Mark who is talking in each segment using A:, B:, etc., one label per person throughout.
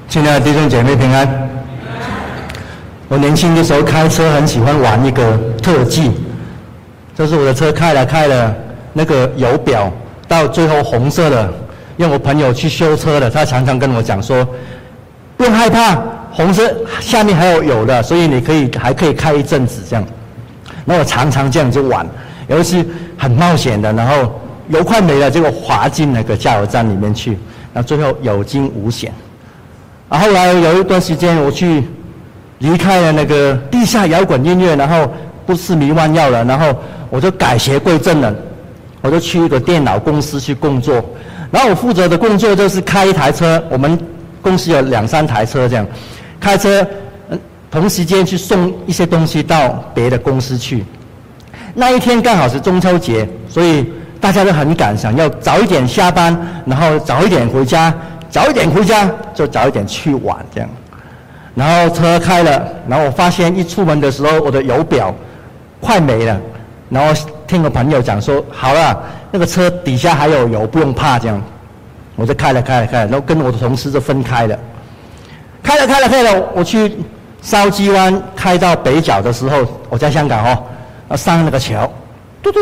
A: 亲爱的弟兄姐妹平安。我年轻的时候开车很喜欢玩一个特技，就是我的车开了，那个油表到最后红色的，因为我朋友去修车的，他常常跟我讲说，不用害怕，红色下面还有油的，所以你还可以开一阵子这样。那我常常这样就玩，尤其很冒险的，然后油快没了，结果滑进那个加油站里面去，那最后有惊无险。后来有一段时间我去离开了那个地下摇滚音乐，然后不吃迷幻药了，然后我就改邪归正了，我就去一个电脑公司去工作，然后我负责的工作就是开一台车，我们公司有2-3台车这样，开车同时间去送一些东西到别的公司去。那一天刚好是中秋节，所以大家都很赶，想要早一点下班，然后早一点回家，早一点回家就早一点去玩这样。然后车开了，然后我发现一出门的时候我的油表快没了，然后听个朋友讲说，好了，那个车底下还有油，不用怕这样。我就开了，然后跟我的同事就分开了。开了，我去筲箕湾开到北角的时候，我在香港上那个桥，嘟，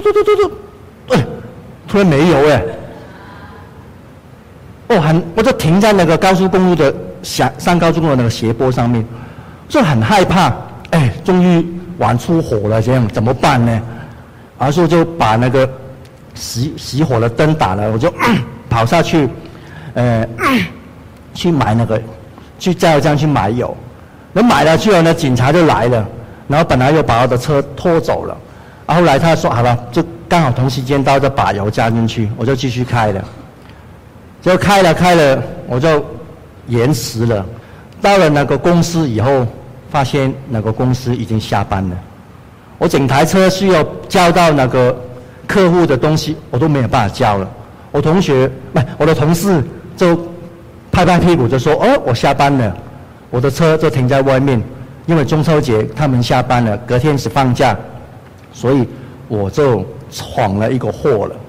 A: 突然没油我就停在那个高速公路的上高速公路的那个斜坡上面，就很害怕，终于玩出火了，这样怎么办呢？然后就把那个熄火的灯打了，我就跑下去，去买那个，去加油站去买油。那买了去了呢，警察就来了，然后本来又把我的车拖走了，后来他说好了，就刚好同时间到，就把油加进去，我就继续开了。就开了，我就延迟了。到了那个公司以后，发现那个公司已经下班了。我整台车需要交到那个客户的东西，我都没有办法交了。我的同事就拍屁股就说：“我下班了。”我的车就停在外面，因为中秋节他们下班了，隔天是放假，所以我就闯了一个祸了。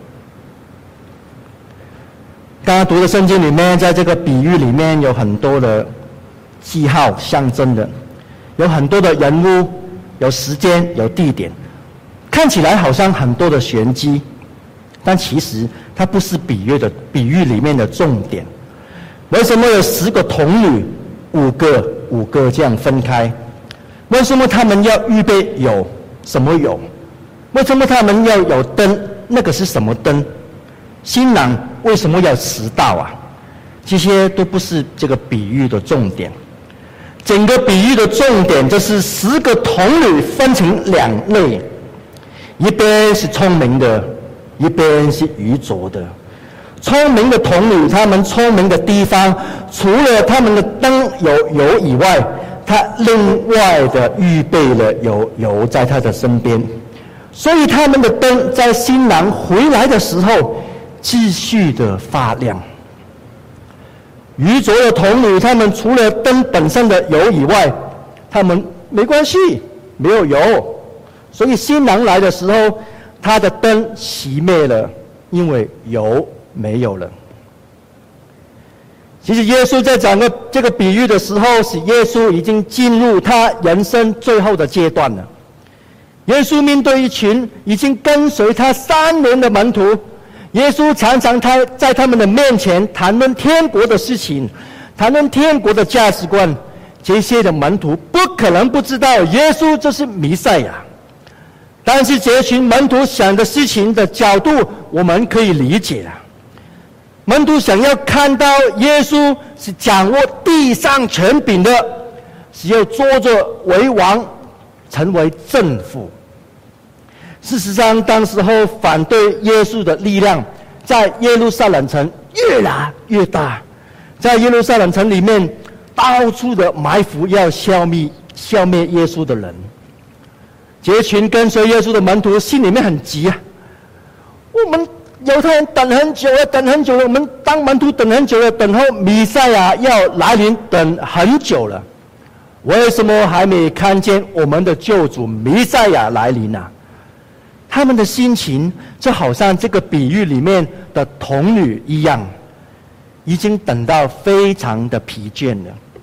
A: 刚刚读的圣经里面，在这个比喻里面有很多的记号象征的，有很多的人物，有时间，有地点，看起来好像很多的玄机，但其实它不是比喻里面的重点。为什么有10个童女，5个这样分开？为什么他们要预备有什么有？为什么他们要有灯？那个是什么灯？新郎为什么要迟到啊？这些都不是这个比喻的重点。整个比喻的重点就是10个童女分成2类，一边是聪明的，一边是愚拙的。聪明的童女，她们聪明的地方，除了她们的灯有油以外，她另外的预备了有油在她的身边，所以她们的灯在新郎回来的时候继续的发亮。愚拙的童女，她们除了灯本身的油以外，她们没关系，没有油，所以新郎来的时候，她的灯熄灭了，因为油没有了。其实耶稣在讲这个比喻的时候，是耶稣已经进入他人生最后的阶段了。耶稣面对一群已经跟随他3年的门徒，耶稣常常在他们的面前谈论天国的事情，谈论天国的价值观。这些的门徒不可能不知道耶稣就是弥赛亚，但是这群门徒想的事情的角度，我们可以理解了。门徒想要看到耶稣是掌握地上权柄的，是要坐着为王，成为政府。事实上，当时候反对耶稣的力量在耶路撒冷城越来越大，在耶路撒冷城里面到处的埋伏，要消灭耶稣的人。这群跟随耶稣的门徒心里面很急啊，我们犹太人等很久了，我们当门徒等很久了，等候弥赛亚要来临等很久了，为什么还没看见我们的救主弥赛亚来临啊？他们的心情就好像这个比喻里面的童女一样，已经等到非常的疲倦了。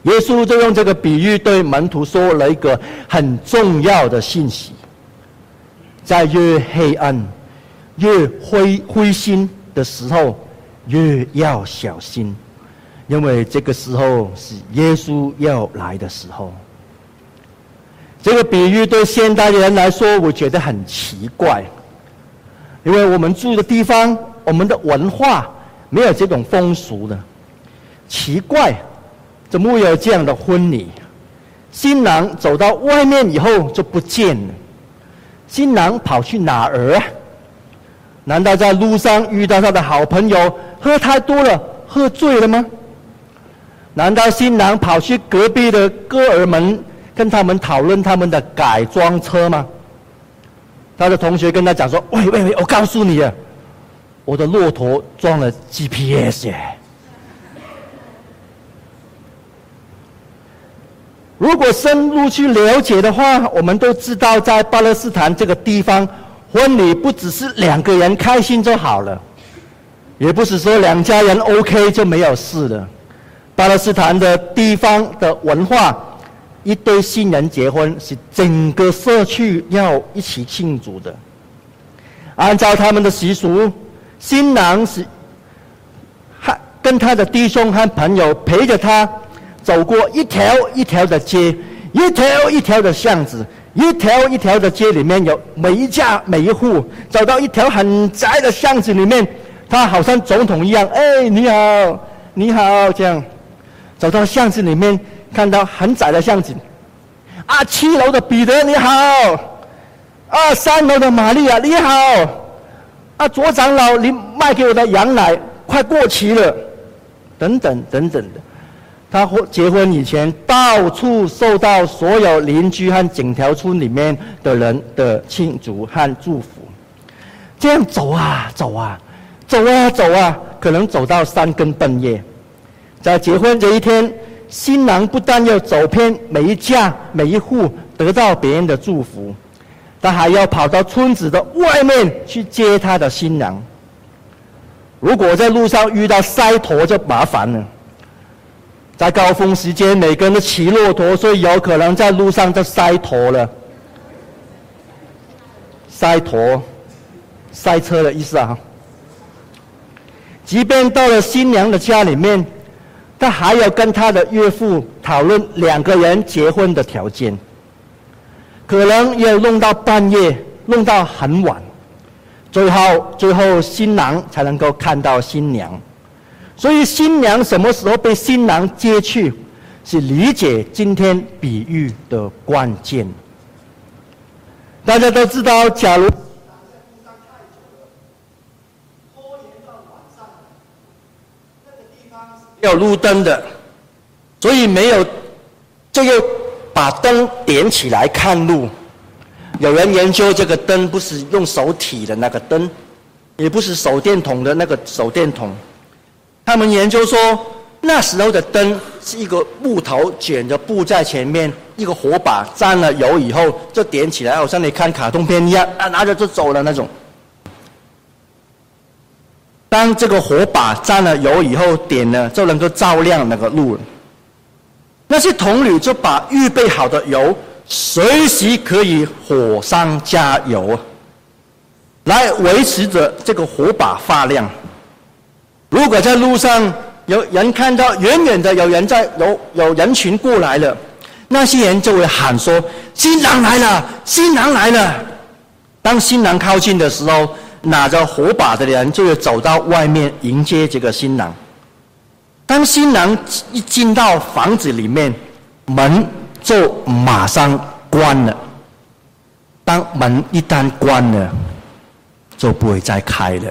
A: 耶稣就用这个比喻对门徒说了一个很重要的信息：在越黑暗、越灰心的时候，越要小心，因为这个时候是耶稣要来的时候。这个比喻对现代人来说，我觉得很奇怪，因为我们住的地方，我们的文化没有这种风俗的。奇怪，怎么会有这样的婚礼？新郎走到外面以后就不见了，新郎跑去哪儿啊？难道在路上遇到他的好朋友，喝太多了，喝醉了吗？难道新郎跑去隔壁的哥儿们，跟他们讨论他们的改装车吗？他的同学跟他讲说：“喂，我告诉你啊，我的骆驼装了 GPS 耶。”如果深入去了解的话，我们都知道，在巴勒斯坦这个地方，婚礼不只是两个人开心就好了，也不是说两家人 OK 就没有事了。巴勒斯坦的地方的文化，一对新人结婚是整个社区要一起庆祝的。按照他们的习俗，新郎是跟他的弟兄和朋友陪着他走过一条一条的街，一条一条的巷子，一条一条的街里面有每一家每一户，走到一条很窄的巷子里面，他好像总统一样，哎，你好，你好，这样走到巷子里面，看到很窄的巷子，啊，7楼的彼得你好，啊，3楼的玛利亚你好，啊，左长老你卖给我的羊奶快过期了，等等等等的。他结婚以前，到处受到所有邻居和整条村里面的人的庆祝和祝福。这样走啊走啊，走啊走啊，可能走到3更半夜。在结婚这一天，新郎不但要走遍每一家每一户，得到别人的祝福，他还要跑到村子的外面去接他的新娘。如果在路上遇到塞驼就麻烦了。在高峰时间，每个人都骑骆驼，所以有可能在路上就塞驼了。塞驼，塞车的意思啊。即便到了新娘的家里面，他还要跟他的岳父讨论2个人结婚的条件，可能也弄到半夜，弄到很晚，最后新郎才能够看到新娘。所以新娘什么时候被新郎接去，是理解今天比喻的关键。大家都知道，假如没有路灯的，所以没有，就要把灯点起来看路。有人研究这个灯不是用手提的那个灯，也不是手电筒的那个手电筒。他们研究说，那时候的灯是一个木头卷着布在前面，一个火把沾了油以后就点起来，好像你看卡通片一样，啊，拿着就走了那种。当这个火把沾了油以后点了，就能够照亮那个路了。那些童女就把预备好的油，随时可以火上加油，来维持着这个火把发亮。如果在路上有人看到远远的有人群过来了，那些人就会喊说：“新郎来了，新郎来了！”当新郎靠近的时候，拿着火把的人就会走到外面迎接这个新郎。当新郎一进到房子里面，门就马上关了。当门一旦关了，就不会再开了。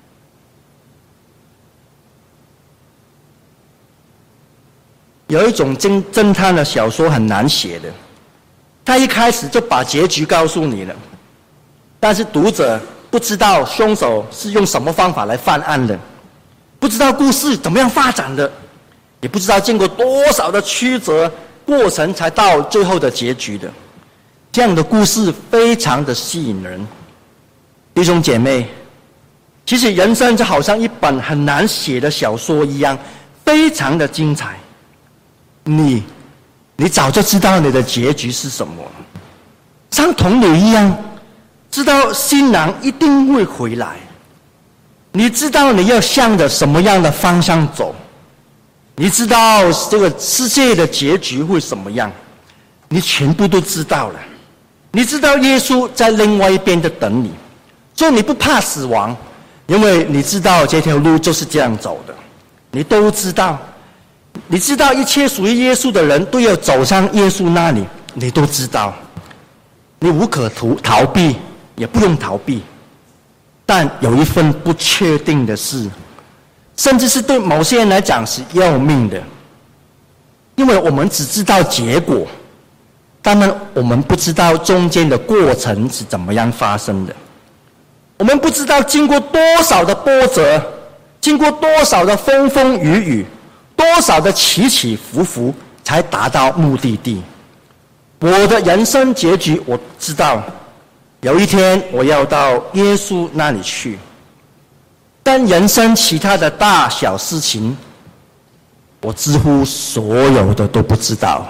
A: 有一种侦探的小说很难写的，他一开始就把结局告诉你了，但是读者不知道凶手是用什么方法来犯案的，不知道故事怎么样发展的，也不知道经过多少的曲折过程才到最后的结局的。这样的故事非常的吸引人。弟兄姐妹，其实人生就好像一本很难写的小说一样，非常的精彩。
B: 你早就知道你的结局是什么，像童女一样，知道新郎一定会回来，你知道你要向着什么样的方向走，你知道这个世界的结局会什么样，你全部都知道了。你知道耶稣在另外一边的等你，所以你不怕死亡，因为你知道这条路就是这样走的，你都知道。你知道一切属于耶稣的人都要走向耶稣那里，你都知道。你无可逃避，也不用逃避。但有一份不确定的事，甚至是对某些人来讲是要命的，因为我们只知道结果，但我们不知道中间的过程是怎么样发生的。我们不知道经过多少的波折，经过多少的风风雨雨，多少的起起伏伏，才达到目的地。我的人生结局我知道，有一天我要到耶稣那里去，但人生其他的大小事情，我几乎所有的都不知道。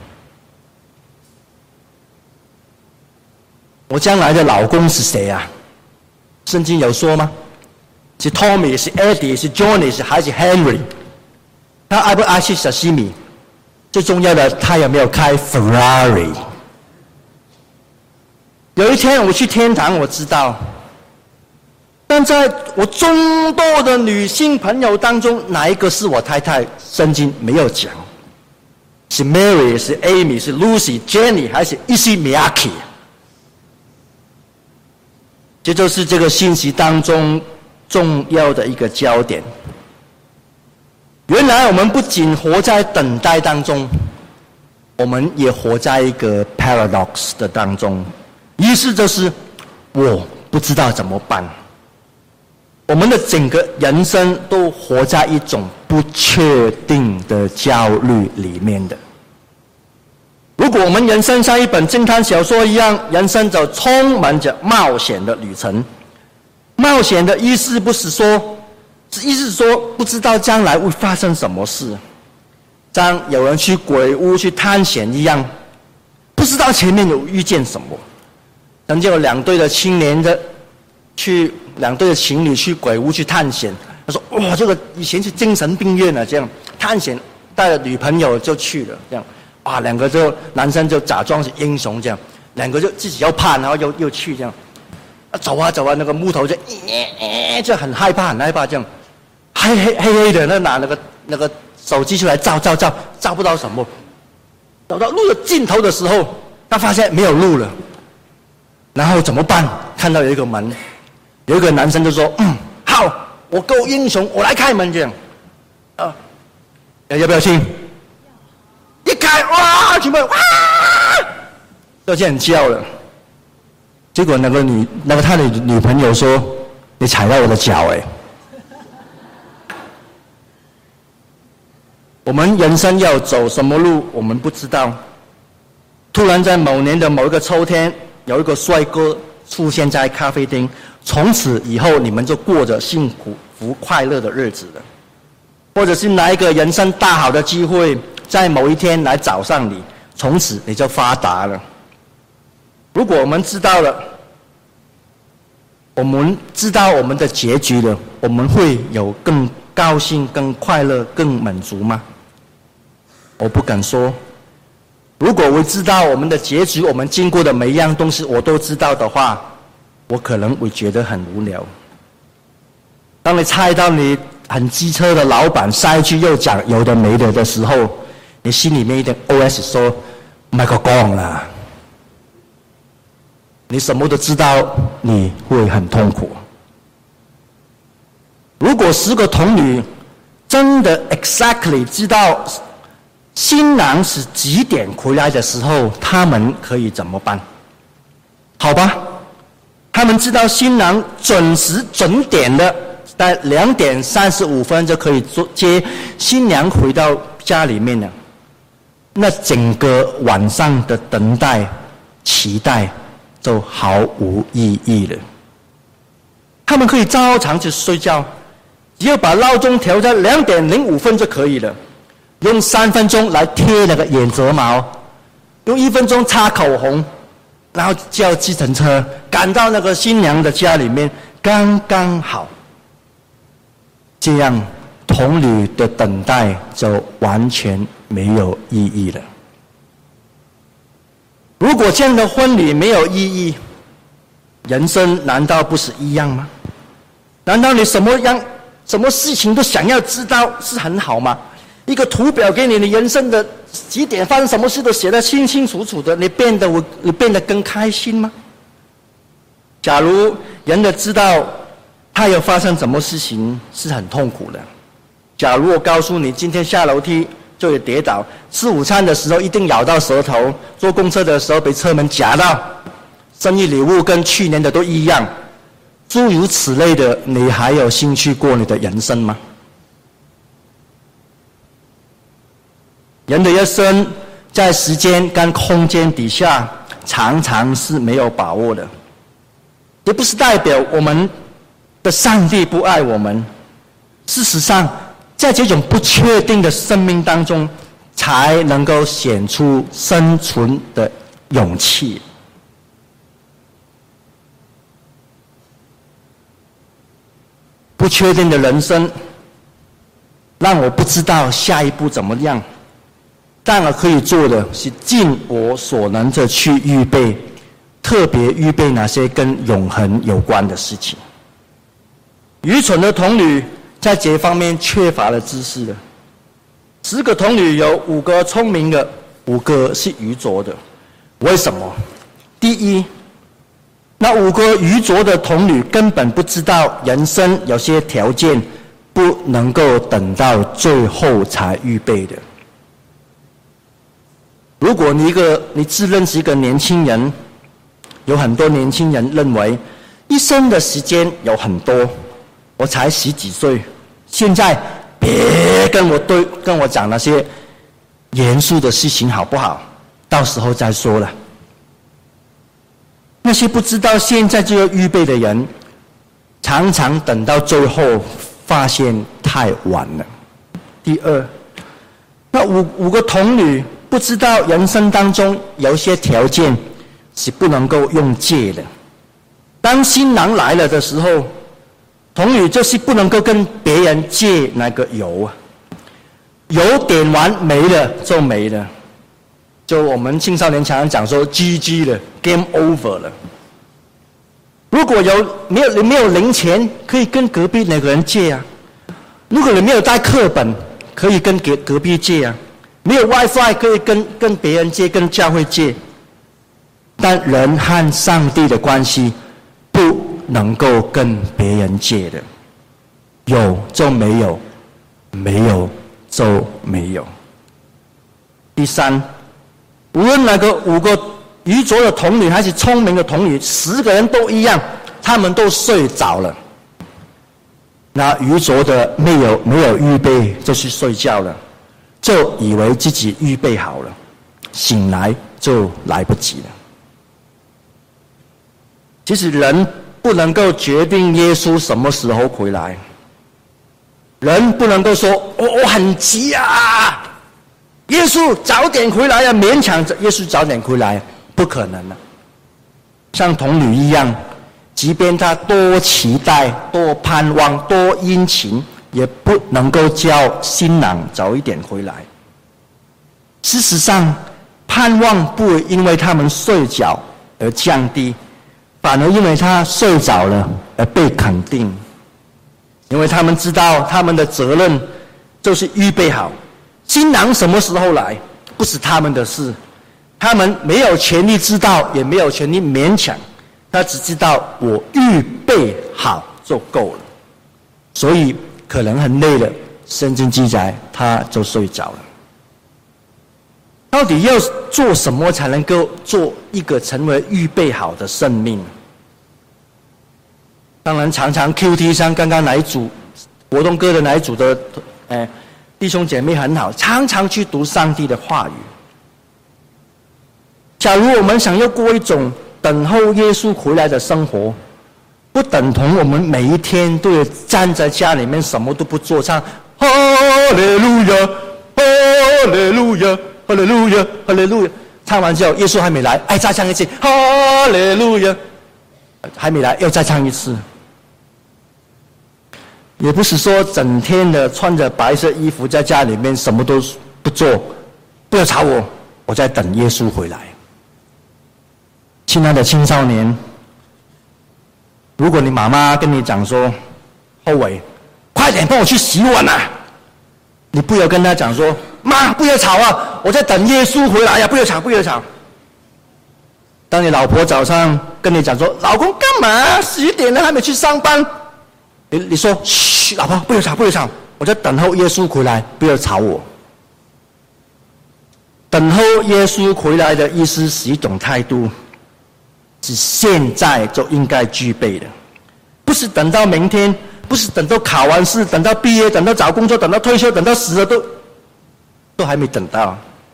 B: 我将来的老公是谁啊？圣经有说吗？是 Tommy， 是 Eddie， 是 Johnny， 还是 Henry？ 他爱不爱吃沙西米？最重要的，他有没有开 Ferrari？ 有一天我去天堂，我知道。但在我众多的女性朋友当中，哪一个是我太太？圣经没有讲。是 Mary， 是 Amy， 是 Lucy、Jenny， 还是 Miyaki？ 这就是这个信息当中重要的一个焦点。原来我们不仅活在等待当中，我们也活在一个 paradox 的当中，意思就是我不知道怎么办。我们的整个人生都活在一种不确定的焦虑里面的。如果我们人生像一本侦探小说一样，人生就充满着冒险的旅程。冒险的意思不是说，意思是说不知道将来会发生什么事，像有人去鬼屋去探险一样，不知道前面有遇见什么。曾经有两对的情侣去鬼屋去探险，他说：“哇，这个以前是精神病院啊，这样探险带了女朋友就去了，这样。”啊，两个就男生就假装是英雄这样，两个就自己要怕，然后又去这样，走啊，那个木头就就很害怕这样，黑的，拿那个手机出来照不到什么，走到路的尽头的时候，他发现没有路了，然后怎么办？看到有一个门，有一个男生就说：“好，我够英雄，我来开门这样。”要不要信？一开，哇，全部哇，就这样叫了。结果他的女朋友说：“你踩到我的脚哎！”我们人生要走什么路，我们不知道。突然在某年的某一个秋天，有一个帅哥出现在咖啡厅，从此以后你们就过着幸福快乐的日子了。或者是哪一个人生大好的机会，在某一天来找上你，从此你就发达了。如果我们知道了，我们知道我们的结局了，我们会有更高兴、更快乐、更满足吗？我不敢说。如果我知道我们的结局，我们经过的每一样东西我都知道的话，我可能会觉得很无聊。当你猜到你很机车的老板塞去又讲有的没的的时候，你心里面一点 OS 说：“麦克讲啦！”你什么都知道，你会很痛苦。如果10个童女真的 exactly 知道新郎是几点回来的时候，他们可以怎么办？好吧，他们知道新郎准时准点的在2点35分就可以接新娘回到家里面了。那整个晚上的等待、期待就毫无意义了。他们可以照常去睡觉，只要把闹钟调在2点05分就可以了。 用3分钟来贴那个眼睫毛，用1分钟擦口红，然后叫计程车赶到那个新娘的家里面，刚刚好。这样童女的等待就完全没有意义了。如果这样的婚礼没有意义，人生难道不是一样吗？难道你什么事情都想要知道是很好吗？一个图表给你人生的几点发生什么事都写得清清楚楚的，你变得更开心吗？假如人的知道他有发生什么事情是很痛苦的。假如我告诉你今天下楼梯就有跌倒，吃午餐的时候一定咬到舌头，坐公车的时候被车门夹到，生日礼物跟去年的都一样，诸如此类的，你还有兴趣过你的人生吗？人的一生在时间跟空间底下常常是没有把握的，也不是代表我们的上帝不爱我们。事实上，在这种不确定的生命当中，才能够显出生存的勇气。不确定的人生，让我不知道下一步怎么样。但我可以做的是尽我所能的去预备，特别预备那些跟永恒有关的事情。愚蠢的童女在这方面缺乏了知识的。10个童女有5个聪明的，5个是愚拙的。为什么？第一，那5个愚拙的童女根本不知道人生有些条件不能够等到最后才预备的。如果你自认是一个年轻人，有很多年轻人认为一生的时间有很多，我才10几岁，现在别跟我讲那些严肃的事情好不好？到时候再说了。那些不知道现在就要预备的人，常常等到最后发现太晚了。第二，那五个童女不知道人生当中有一些条件是不能够用借的。当新郎来了的时候，童女就是不能够跟别人借那个油啊，油点完没了就没了，就我们青少年常常讲说 GG 了 ，Game Over 了。如果你没有零钱，可以跟隔壁那个人借啊；如果你没有带课本，可以跟隔壁借啊；没有 WiFi 可以跟别人借，跟教会借。但人和上帝的关系不能够跟别人借的，有就没有，没有就没有。第三，无论那个5个愚拙的童女还是聪明的童女，10个人都一样，他们都睡着了。那愚拙的没有预备就去睡觉了，就以为自己预备好了，醒来就来不及了。其实人不能够决定耶稣什么时候回来，人不能够说我很急啊，耶稣早点回来啊，勉强耶稣早点回来，不可能的。像童女一样，即便他多期待、多盼望、多殷勤，也不能够叫新郎早一点回来。事实上，盼望不会因为他们睡觉而降低，反而因为他睡着了而被肯定。因为他们知道他们的责任就是预备好新郎什么时候来，不是他们的事。他们没有权利知道，也没有权利勉强，他只知道我预备好就够了。所以可能很累了，圣经记载他就睡着了。到底要做什么才能够做一个成为预备好的生命？当然常常 QT 上刚刚哪一组活动歌的哪一组的弟兄姐妹很好，常常去读上帝的话语。假如我们想要过一种等候耶稣回来的生活，不等同我们每一天都要站在家里面什么都不做，唱哈利路亚哈利路亚，哈利路亚，哈利路亚。唱完之后，耶稣还没来，哎，再唱一次，哈利路亚，还没来，又再唱一次。也不是说整天的穿着白色衣服在家里面什么都不做，不要吵我，我在等耶稣回来。亲爱的青少年，如果你妈妈跟你讲说，后伟，快点帮我去洗碗啊，你不要跟她讲说，妈不要吵啊，我在等耶稣回来呀，不要吵不要吵。当你老婆早上跟你讲说，老公干嘛11点了还没去上班，你说嘘，老婆不要吵不要吵，我在等候耶稣回来，不要吵我。等候耶稣回来的意思是一种态度，是现在就应该具备的，不是等到明天，不是等到考完试，等到毕业，等到找工作，等到退休，等到死了都还没等到。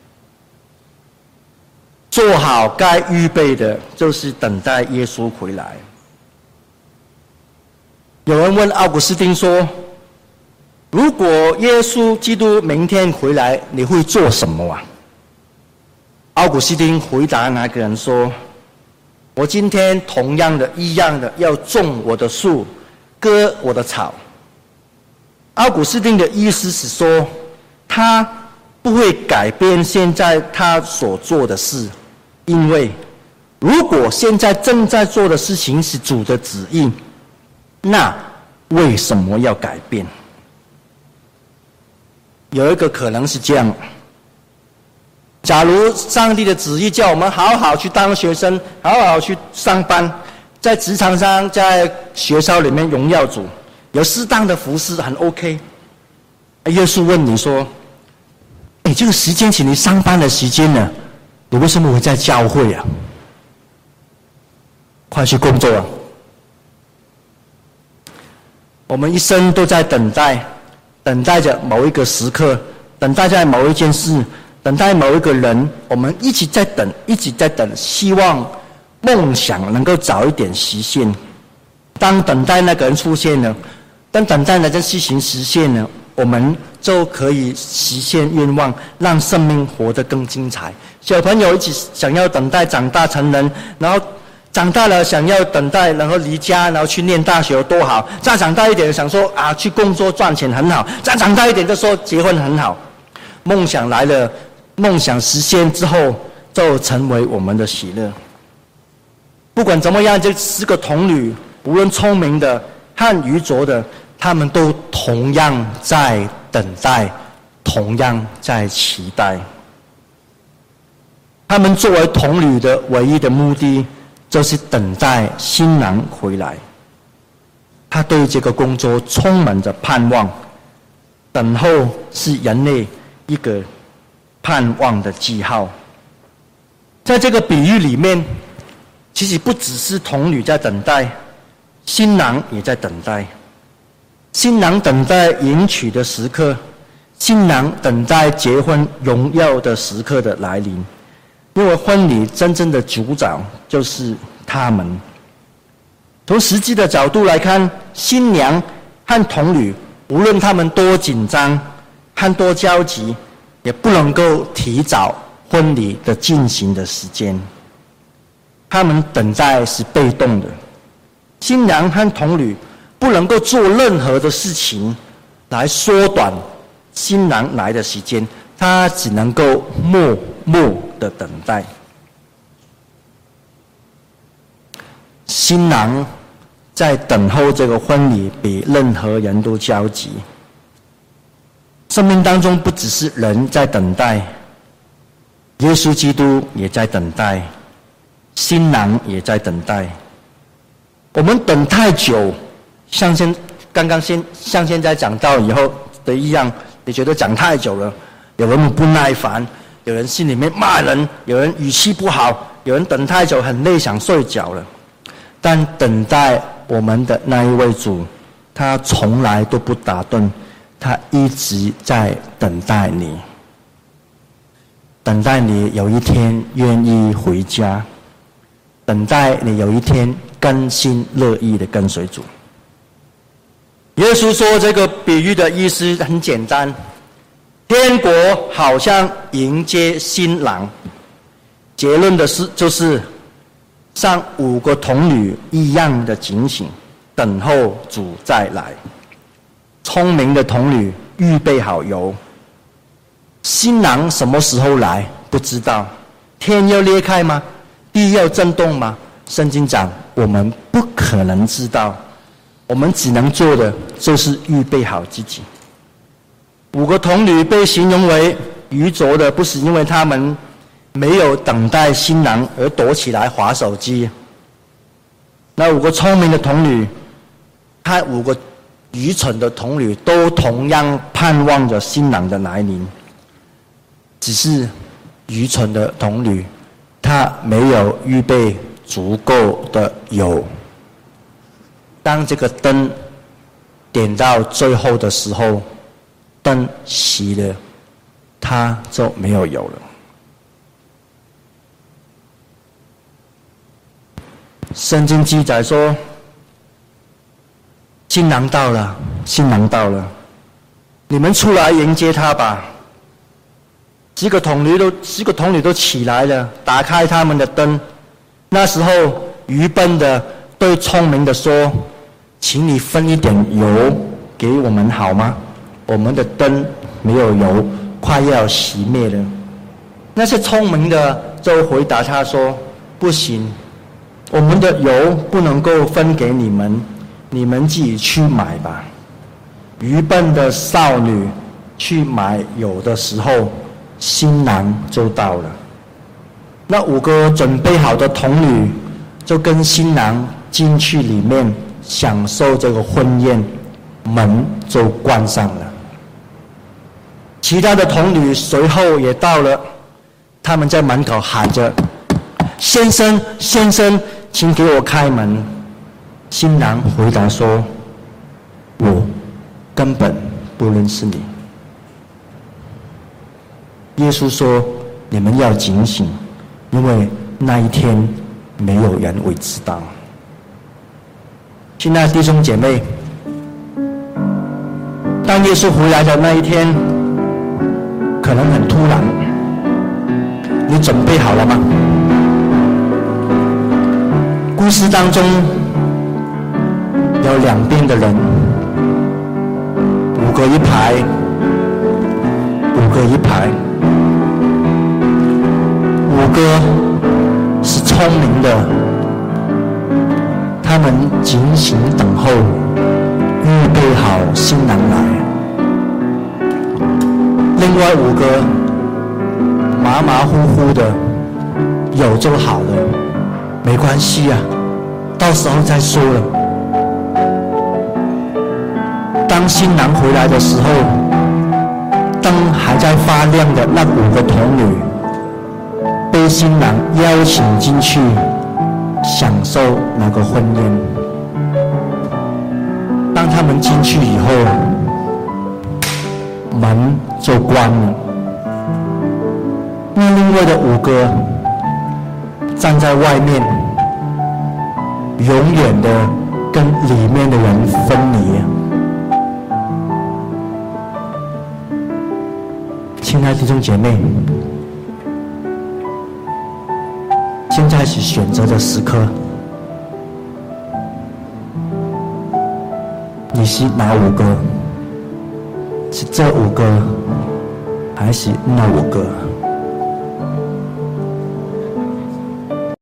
B: 做好该预备的，就是等待耶稣回来。有人问奥古斯丁说，如果耶稣基督明天回来，你会做什么啊？奥古斯丁回答那个人说，我今天同样的一样的要种我的树，割我的草。奥古斯丁的意思是说，他不会改变现在他所做的事，因为如果现在正在做的事情是主的旨意，那为什么要改变？有一个可能是这样，假如上帝的旨意叫我们好好去当学生，好好去上班，在职场上，在学校里面荣耀主，有适当的服侍很 OK。耶稣问你说，这个时间是你上班的时间呢，你为什么会在教会啊？快去工作啊！我们一生都在等待，等待着某一个时刻，等待着某一件事，等待某一个人，我们一直在等，一直在等，希望梦想能够早一点实现。当等待那个人出现了，当等待那件事情实现了，我们就可以实现愿望，让生命活得更精彩。小朋友一起想要等待长大成人，然后长大了想要等待，然后离家，然后去念大学多好。再长大一点想说啊，去工作赚钱很好。再长大一点就说结婚很好。梦想来了，梦想实现之后，就成为我们的喜乐。不管怎么样，这4个童女，无论聪明的和愚拙的，他们都同样在等待，同样在期待。他们作为童女的唯一的目的，就是等待新郎回来。他对这个工作充满着盼望，等候是人类一个盼望的记号。在这个比喻里面，其实不只是童女在等待，新郎也在等待。新郎等待迎娶的时刻，新郎等待结婚荣耀的时刻的来临。因为婚礼真正的主宰就是他们。从实际的角度来看，新娘和童女无论他们多紧张和多焦急，也不能够提早婚礼的进行的时间。他们等待是被动的。新娘和童女不能够做任何的事情来缩短新郎来的时间，他只能够默默的等待。新郎在等候这个婚礼，比任何人都焦急。生命当中不只是人在等待，耶稣基督也在等待，新郎也在等待。我们等太久，像现在讲到以后的一样，你觉得讲太久了，有人不耐烦，有人心里面骂人，有人语气不好，有人等太久很累想睡觉了。但等待我们的那一位主，他从来都不打盹，他一直在等待你，等待你有一天愿意回家，等待你有一天甘心乐意的跟随主。耶稣说这个比喻的意思很简单， 天国好像迎接新郎。结论的是，就是像5个童女一样的警醒，等候主再来。聪明的童女预备好油，新郎什么时候来不知道，天要裂开吗？地要震动吗？圣经讲我们不可能知道，我们只能做的就是预备好自己。5个童女被形容为愚拙的，不是因为他们没有等待新郎而躲起来滑手机。那5个聪明的童女和5个愚蠢的童女都同样盼望着新郎的来临，只是愚蠢的童女她没有预备足够的油。当这个灯点到最后的时候，灯熄了，她就没有油了。圣经记载说，新郎到了，新郎到了，你们出来迎接他吧。10个童女都起来了，打开他们的灯。那时候愚笨的对聪明的说，请你分一点油给我们好吗？我们的灯没有油，快要熄灭了。那些聪明的就回答他说，不行，我们的油不能够分给你们，你们自己去买吧。愚笨的少女去买油的时候，新郎就到了。那5个准备好的童女就跟新郎进去里面享受这个婚宴，门就关上了。其他的童女随后也到了，他们在门口喊着，先生先生，请给我开门。新郎回答说，我根本不认识你。耶稣说，你们要警醒，因为那一天没有人会知道。亲爱的弟兄姐妹，当耶稣回来的那一天可能很突然，你准备好了吗？故事当中有2边的人，5个一排，5个一排，5个是聪明的，他们警醒等候，预备好新郎来。另外5个马马虎虎的，有就好了，没关系啊，到时候再说了。当新郎回来的时候，灯还在发亮的那5个童女被新郎邀请进去享受那个婚宴。当他们进去以后，门就关了。那另外的5个站在外面，永远的跟里面的人分离。亲爱的弟兄姐妹，现在是选择的时刻，你是哪5个？是这5个，还是那5个？